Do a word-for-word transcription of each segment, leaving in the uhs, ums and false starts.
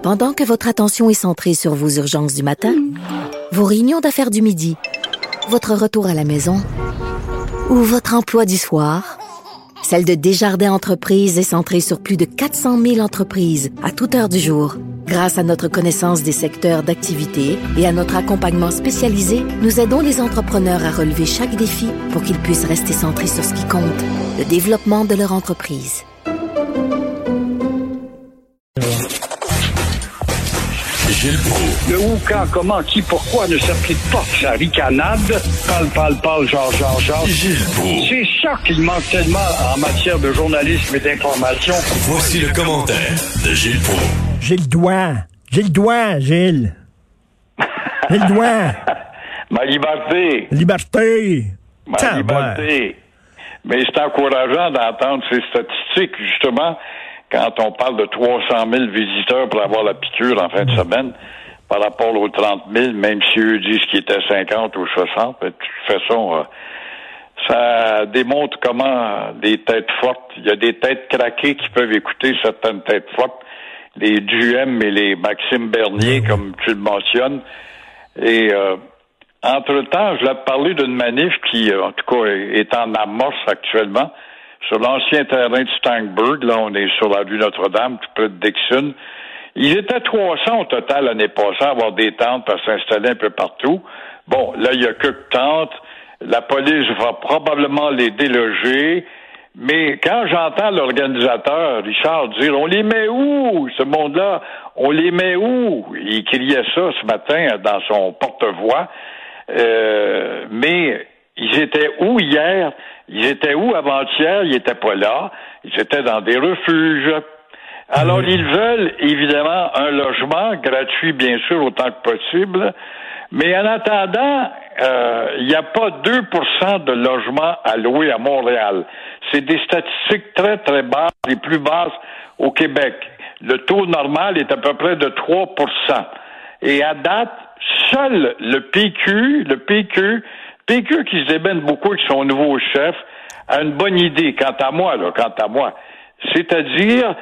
Pendant que votre attention est centrée sur vos urgences du matin, vos réunions d'affaires du midi, votre retour à la maison ou votre emploi du soir, celle de Desjardins Entreprises est centrée sur plus de quatre cent mille entreprises à toute heure du jour. Grâce à notre connaissance des secteurs d'activité et à notre accompagnement spécialisé, nous aidons les entrepreneurs à relever chaque défi pour qu'ils puissent rester centrés sur ce qui compte, le développement de leur entreprise. Gilles Proulx. Le où, quand, comment, qui, pourquoi ne s'applique pas sa ricanade. Parle, parle, parle, genre, genre, genre. Gilles Proulx. C'est ça qu'il manque tellement en matière de journalisme et d'information. Voici le commentaire de Gilles Proulx. J'ai le doigt. J'ai le doigt, Gilles. J'ai le doigt. Ma liberté. Liberté. Ma Tiens, liberté. Mais c'est encourageant d'entendre ces statistiques, justement, quand on parle de trois cent mille visiteurs pour avoir la piqûre en fin de semaine, par rapport aux trente mille, même si eux disent qu'ils étaient cinquante ou soixante, de toute façon, euh, ça démontre comment des têtes fortes, il y a des têtes craquées qui peuvent écouter certaines têtes fortes, les Duhem et les Maxime Bernier, comme tu le mentionnes. Et euh, entre-temps, je l'ai parlé d'une manif qui, en tout cas, est en amorce actuellement, sur l'ancien terrain de Steinberg. Là, on est sur la rue Notre-Dame, tout près de Dixon. Ils étaient trois cents au total l'année passée à avoir des tentes pour s'installer un peu partout. Bon, là, il y a que tentes. La police va probablement les déloger. Mais quand j'entends l'organisateur, Richard, dire « On les met où, ce monde-là? On les met où? » Il criait ça ce matin dans son porte-voix. Euh, mais ils étaient où hier? Ils étaient où avant-hier? Ils étaient pas là. Ils étaient dans des refuges. Alors, mmh. ils veulent, évidemment, un logement gratuit, bien sûr, autant que possible. Mais en attendant, euh, il n'y a pas deux pour cent de logements à louer à Montréal. C'est des statistiques très, très basses, les plus basses au Québec. Le taux normal est à peu près de trois pour cent. Et à date, seul le P Q, le P Q, P Q qui se débène beaucoup avec son nouveau chef, a une bonne idée, quant à moi, là, quant à moi. C'est-à-dire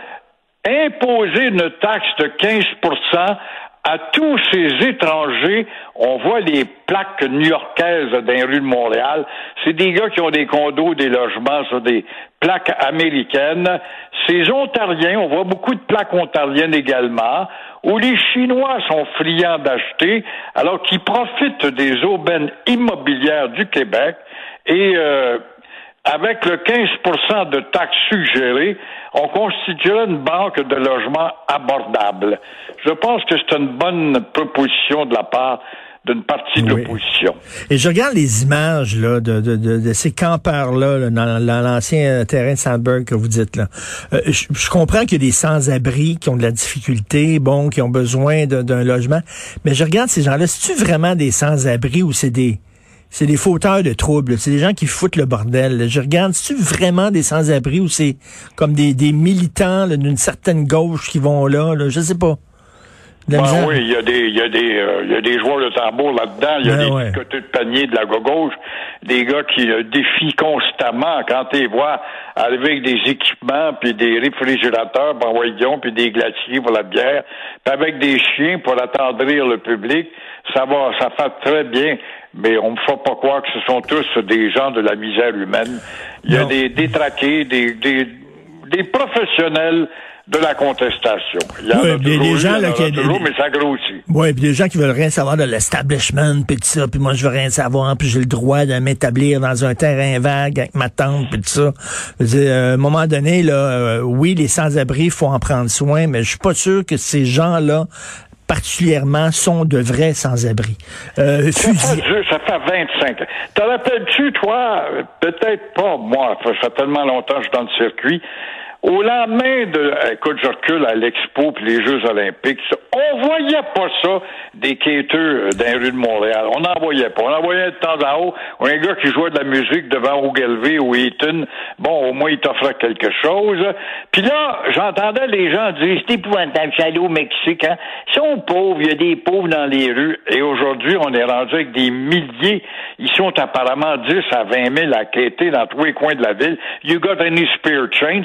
imposer une taxe de quinze pour cent à tous ces étrangers. On voit les plaques new-yorkaises dans les rues de Montréal. C'est des gars qui ont des condos, des logements sur des plaques américaines. Ces Ontariens, on voit beaucoup de plaques ontariennes également, où les Chinois sont friands d'acheter, alors qu'ils profitent des aubaines immobilières du Québec. Et euh, avec le quinze pour cent de taxes suggérées, on constituerait une banque de logements abordables. Je pense que c'est une bonne proposition de la part d'une partie de oui. l'opposition. Et je regarde les images là de, de, de, de ces campeurs-là là, dans, dans l'ancien terrain de Sandberg que vous dites là. Euh, je, je comprends qu'il y a des sans-abri qui ont de la difficulté, bon, qui ont besoin de, d'un logement, mais je regarde ces gens-là, c'est-tu vraiment des sans-abri ou c'est des c'est des fauteurs de troubles, c'est des gens qui foutent le bordel. Je regarde, c'est-tu vraiment des sans-abri ou c'est comme des, des militants là, d'une certaine gauche qui vont là, là je sais pas. Ben oui, il y a des, il y a des, euh, il y a des joueurs de tambour là-dedans. Il y a ben des ouais. côtés de panier de la gauche, des gars qui euh, défient constamment quand ils voient arriver avec des équipements puis des réfrigérateurs, ben voyons, puis des glaciers pour la bière, puis avec des chiens pour attendrir le public. Ça va, ça fait très bien. Mais on ne me fait pas croire que ce sont tous des gens de la misère humaine. Il y non. a des détraqués, des, des, des professionnels de la contestation. Il y en oui, a toujours, des gens, il y en là, a qui toujours, des, mais ça grossit. Oui, puis des gens qui veulent rien savoir de l'establishment, puis tout ça, puis moi, je veux rien savoir, puis j'ai le droit de m'établir dans un terrain vague avec ma tante, puis tout ça. Je veux dire, à un moment donné, là, euh, oui, les sans-abri, il faut en prendre soin, mais je suis pas sûr que ces gens-là particulièrement sont de vrais sans-abri. Euh, ça, fait, ça fait vingt-cinq ans. Te rappelles-tu, toi, peut-être pas, moi, ça fait tellement longtemps que je suis dans le circuit, au lendemain de, écoute, je recule à l'Expo puis les Jeux olympiques, on voyait pas ça des quêteux dans les rues de Montréal. On n'en voyait pas. On en voyait de temps en haut. Un gars qui jouait de la musique devant Ogilvy ou Eaton. Bon, au moins, il t'offrait quelque chose. Puis là, j'entendais les gens dire, c'est épouvantable, je suis allé au Mexique, hein. Ils sont pauvres, il y a des pauvres dans les rues. Et aujourd'hui, on est rendu avec des milliers. Ils sont apparemment dix à vingt mille à quêter dans tous les coins de la ville. You got any spare change? Ça vient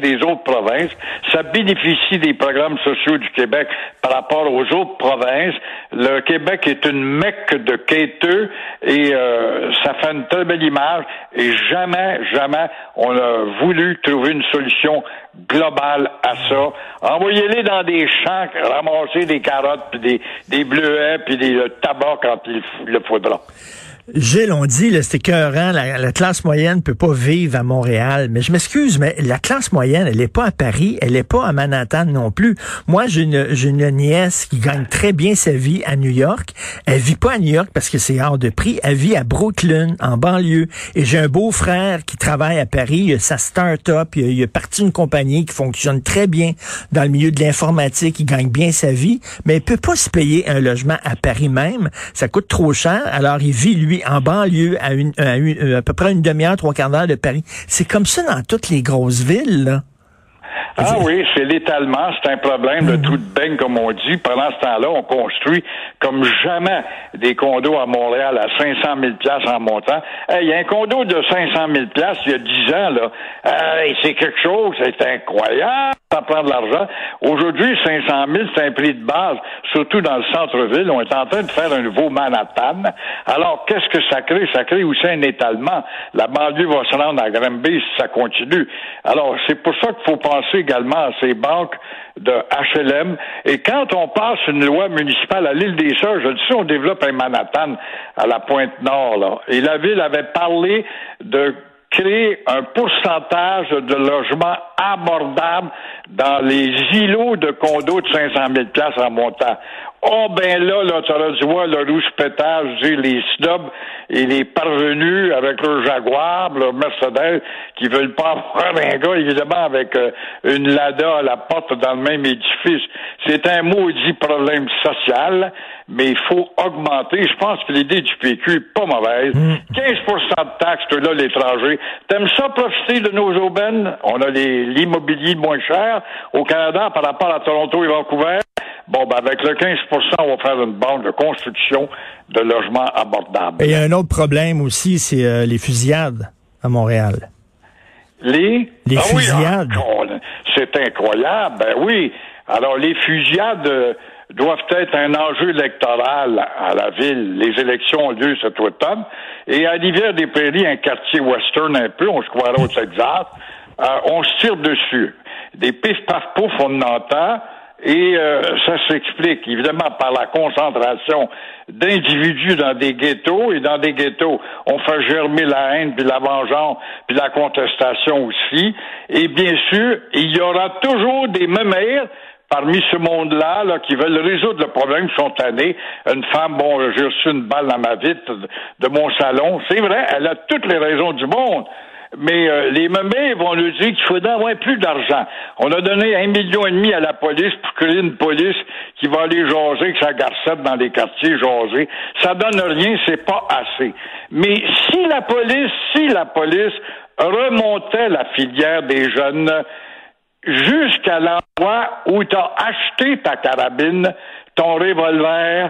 des autres provinces. Ça bénéficie des programmes sociaux du Québec par rapport aux autres provinces. Le Québec est une mecque de quêteux et euh, ça fait une très belle image. Et jamais, jamais on a voulu trouver une solution globale à ça. Envoyez-les dans des champs, ramasser des carottes, puis des, des bleuets, puis des euh, tabac quand il le faudra. Gilles, on dit, là, c'est écœurant, la, la classe moyenne peut pas vivre à Montréal. Mais je m'excuse, mais la classe moyenne, elle est pas à Paris, elle est pas à Manhattan non plus. Moi, j'ai une, j'ai une nièce qui gagne très bien sa vie à New York. Elle vit pas à New York parce que c'est hors de prix. Elle vit à Brooklyn, en banlieue. Et j'ai un beau-frère qui travaille à Paris. Il a sa start-up. Il a, il a parti une compagnie qui fonctionne très bien dans le milieu de l'informatique. Il gagne bien sa vie. Mais il peut pas se payer un logement à Paris même. Ça coûte trop cher. Alors, il vit, lui, en banlieue, à, une, à, une, à peu près une demi-heure, trois quarts d'heure de Paris. C'est comme ça dans toutes les grosses villes, là. Ah oui, c'est l'étalement, c'est un problème de trou de beigne, comme on dit. Pendant ce temps-là, on construit comme jamais des condos à Montréal à cinq cent mille dollars en montant. Il hey, y a un condo de cinq cent mille dollars il y a dix ans, là. Hey, c'est quelque chose, c'est incroyable, ça prend de l'argent. Aujourd'hui, cinq cent mille, c'est un prix de base, surtout dans le centre-ville. On est en train de faire un nouveau Manhattan. Alors, qu'est-ce que ça crée? Ça crée aussi un étalement. La banlieue va se rendre à Granby si ça continue. Alors, c'est pour ça qu'il faut penser également à ces banques de H L M. Et quand on passe une loi municipale à l'île des Sœurs, je dis ça, on développe un Manhattan à la Pointe-Nord, là. Et la ville avait parlé de créer un pourcentage de logements abordables dans les îlots de condos de cinq cent mille dollars en montant. Oh, ben là, là, tu aurais dû voir le rouge pétage, les snobs et les parvenus avec leur Jaguar, leur Mercedes, qui veulent pas avoir un gars, évidemment, avec euh, une Lada à la porte dans le même édifice. C'est un maudit problème social, mais il faut augmenter. Je pense que l'idée du P Q est pas mauvaise. quinze pour cent de taxes, là, l'étranger. T'aimes ça profiter de nos aubaines? On a les, l'immobilier moins cher au Canada par rapport à Toronto et Vancouver. Bon, ben avec le quinze pour cent, on va faire une banque de construction de logements abordables. Et il y a un autre problème aussi, c'est euh, les fusillades à Montréal. Les? Les ah fusillades. Oui, ah, c'est incroyable, ben oui. Alors, les fusillades euh, doivent être un enjeu électoral à la ville. Les élections ont lieu cet automne. Et à Rivière-des-Prairies, un quartier western un peu, on se croirait au Texas, euh, on se tire dessus. Des pif-paf-pouf, on en entend. Et euh, ça s'explique évidemment par la concentration d'individus dans des ghettos, et dans des ghettos, on fait germer la haine, puis la vengeance, puis la contestation aussi. Et bien sûr, il y aura toujours des mémères parmi ce monde-là là, qui veulent résoudre le problème, qui sont tannés. Une femme, bon, j'ai reçu une balle dans ma vitre de mon salon. C'est vrai, elle a toutes les raisons du monde. Mais euh, les mémés vont nous dire qu'il faudrait avoir plus d'argent. On a donné un million et demi à la police pour créer une police qui va aller jaser avec sa garcette dans les quartiers jaser. Ça donne rien, c'est pas assez. Mais si la police, si la police remontait la filière des jeunes jusqu'à l'endroit où tu as acheté ta carabine, ton revolver,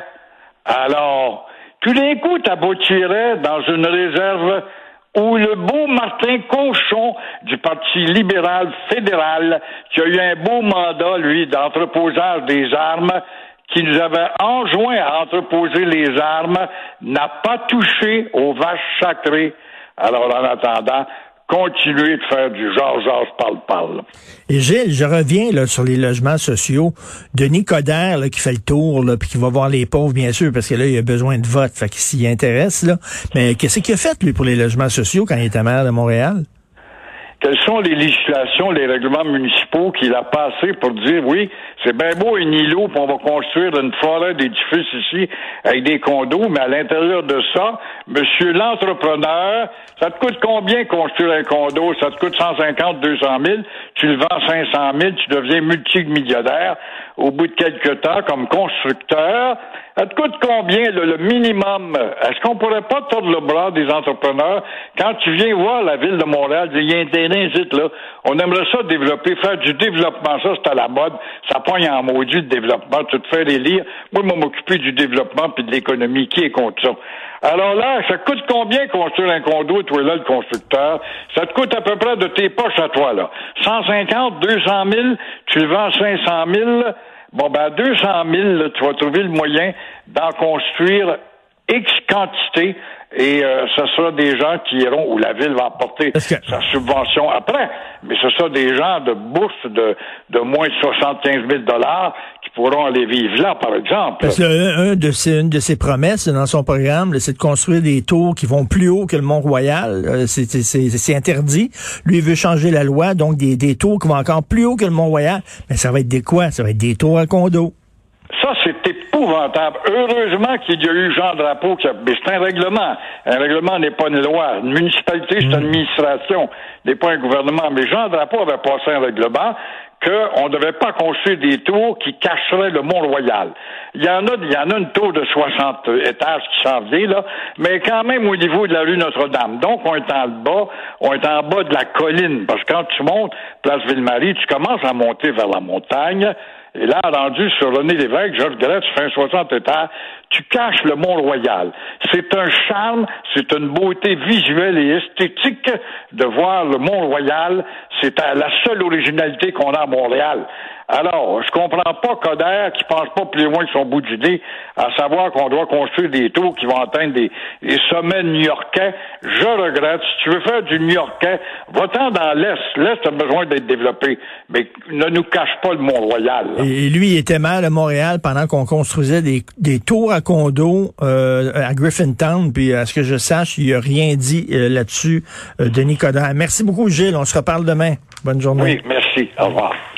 alors, tout d'un coup, t'aboutirais dans une réserve où le beau Martin Cochon du Parti libéral fédéral, qui a eu un beau mandat, lui, d'entreposage des armes, qui nous avait enjoint à entreposer les armes, n'a pas touché aux vaches sacrées. Alors, en attendant, continuer de faire du genre-genre parle-parle. Et Gilles, je reviens là sur les logements sociaux. Denis Coderre, là, qui fait le tour, là, puis qui va voir les pauvres, bien sûr, parce que là, il a besoin de vote, fait qu'il s'y intéresse, là. Mais qu'est-ce qu'il a fait, lui, pour les logements sociaux quand il était maire de Montréal? Quelles sont les législations, les règlements municipaux qu'il a passés pour dire, oui, c'est bien beau un îlot, puis on va construire une forêt d'édifices ici avec des condos, mais à l'intérieur de ça, monsieur l'entrepreneur, ça te coûte combien construire un condo? Ça te coûte cent cinquante, deux cent mille, tu le vends cinq cent mille, tu deviens multimillionnaire au bout de quelques temps comme constructeur. Ça te coûte combien, le, le minimum? Est-ce qu'on pourrait pas tordre le bras des entrepreneurs quand tu viens voir la ville de Montréal, il y a un terrain venez ici, là. On aimerait ça développer, faire du développement. Ça, c'est à la mode. Ça pogne en maudit, le développement. Tu te fais les lire. Moi, je vais m'occuper du développement puis de l'économie. Qui est contre ça? Alors là, ça coûte combien construire un condo, toi là, le constructeur? Ça te coûte à peu près de tes poches à toi, là. cent cinquante, deux cent mille, tu le vends cinq cent mille. Bon, ben, à deux cent mille, là, tu vas trouver le moyen d'en construire X quantité, et euh, ce sera des gens qui iront, où la ville va apporter que... sa subvention après, mais ce sera des gens de bourse de, de moins de soixante-quinze mille dollars qui pourront aller vivre là, par exemple. Parce que un, un de ses, une de ses promesses dans son programme, là, c'est de construire des tours qui vont plus haut que le Mont-Royal. C'est, c'est, c'est, c'est interdit. Lui, il veut changer la loi, donc des, des tours qui vont encore plus haut que le Mont-Royal. Mais ça va être des quoi? Ça va être des tours à condo. Ça, c'est épouvantable. Heureusement qu'il y a eu Jean Drapeau qui a... Mais c'est un règlement. Un règlement n'est pas une loi. Une municipalité, c'est une administration, n'est pas un gouvernement. Mais Jean Drapeau avait passé un règlement qu'on ne devait pas construire des tours qui cacheraient le Mont-Royal. Il y en a, il y en a une tour de soixante étages qui s'en vient, là, mais quand même au niveau de la rue Notre-Dame. Donc, on est en bas, on est en bas de la colline. Parce que quand tu montes place Ville-Marie, tu commences à monter vers la montagne. Et là, rendu sur René Lévesque, Georges Grette, tu fais un soixante étages, tu caches le Mont-Royal. C'est un charme, c'est une beauté visuelle et esthétique de voir le Mont-Royal. C'est la seule originalité qu'on a à Montréal. Alors, je comprends pas Coderre qui pense pas plus loin que son bout du nez, à savoir qu'on doit construire des tours qui vont atteindre des, des sommets new-yorkais. Je regrette. Si tu veux faire du new-yorkais, va-t'en dans l'Est. L'Est a besoin d'être développé. Mais ne nous cache pas le Mont-Royal. Là. Et lui, il était maire de Montréal pendant qu'on construisait des, des tours à condos euh, à Griffintown. Puis, à ce que je sache, il n'a rien dit euh, là-dessus, euh, Denis Coderre. Merci beaucoup, Gilles. On se reparle demain. Bonne journée. Oui, merci. Au revoir.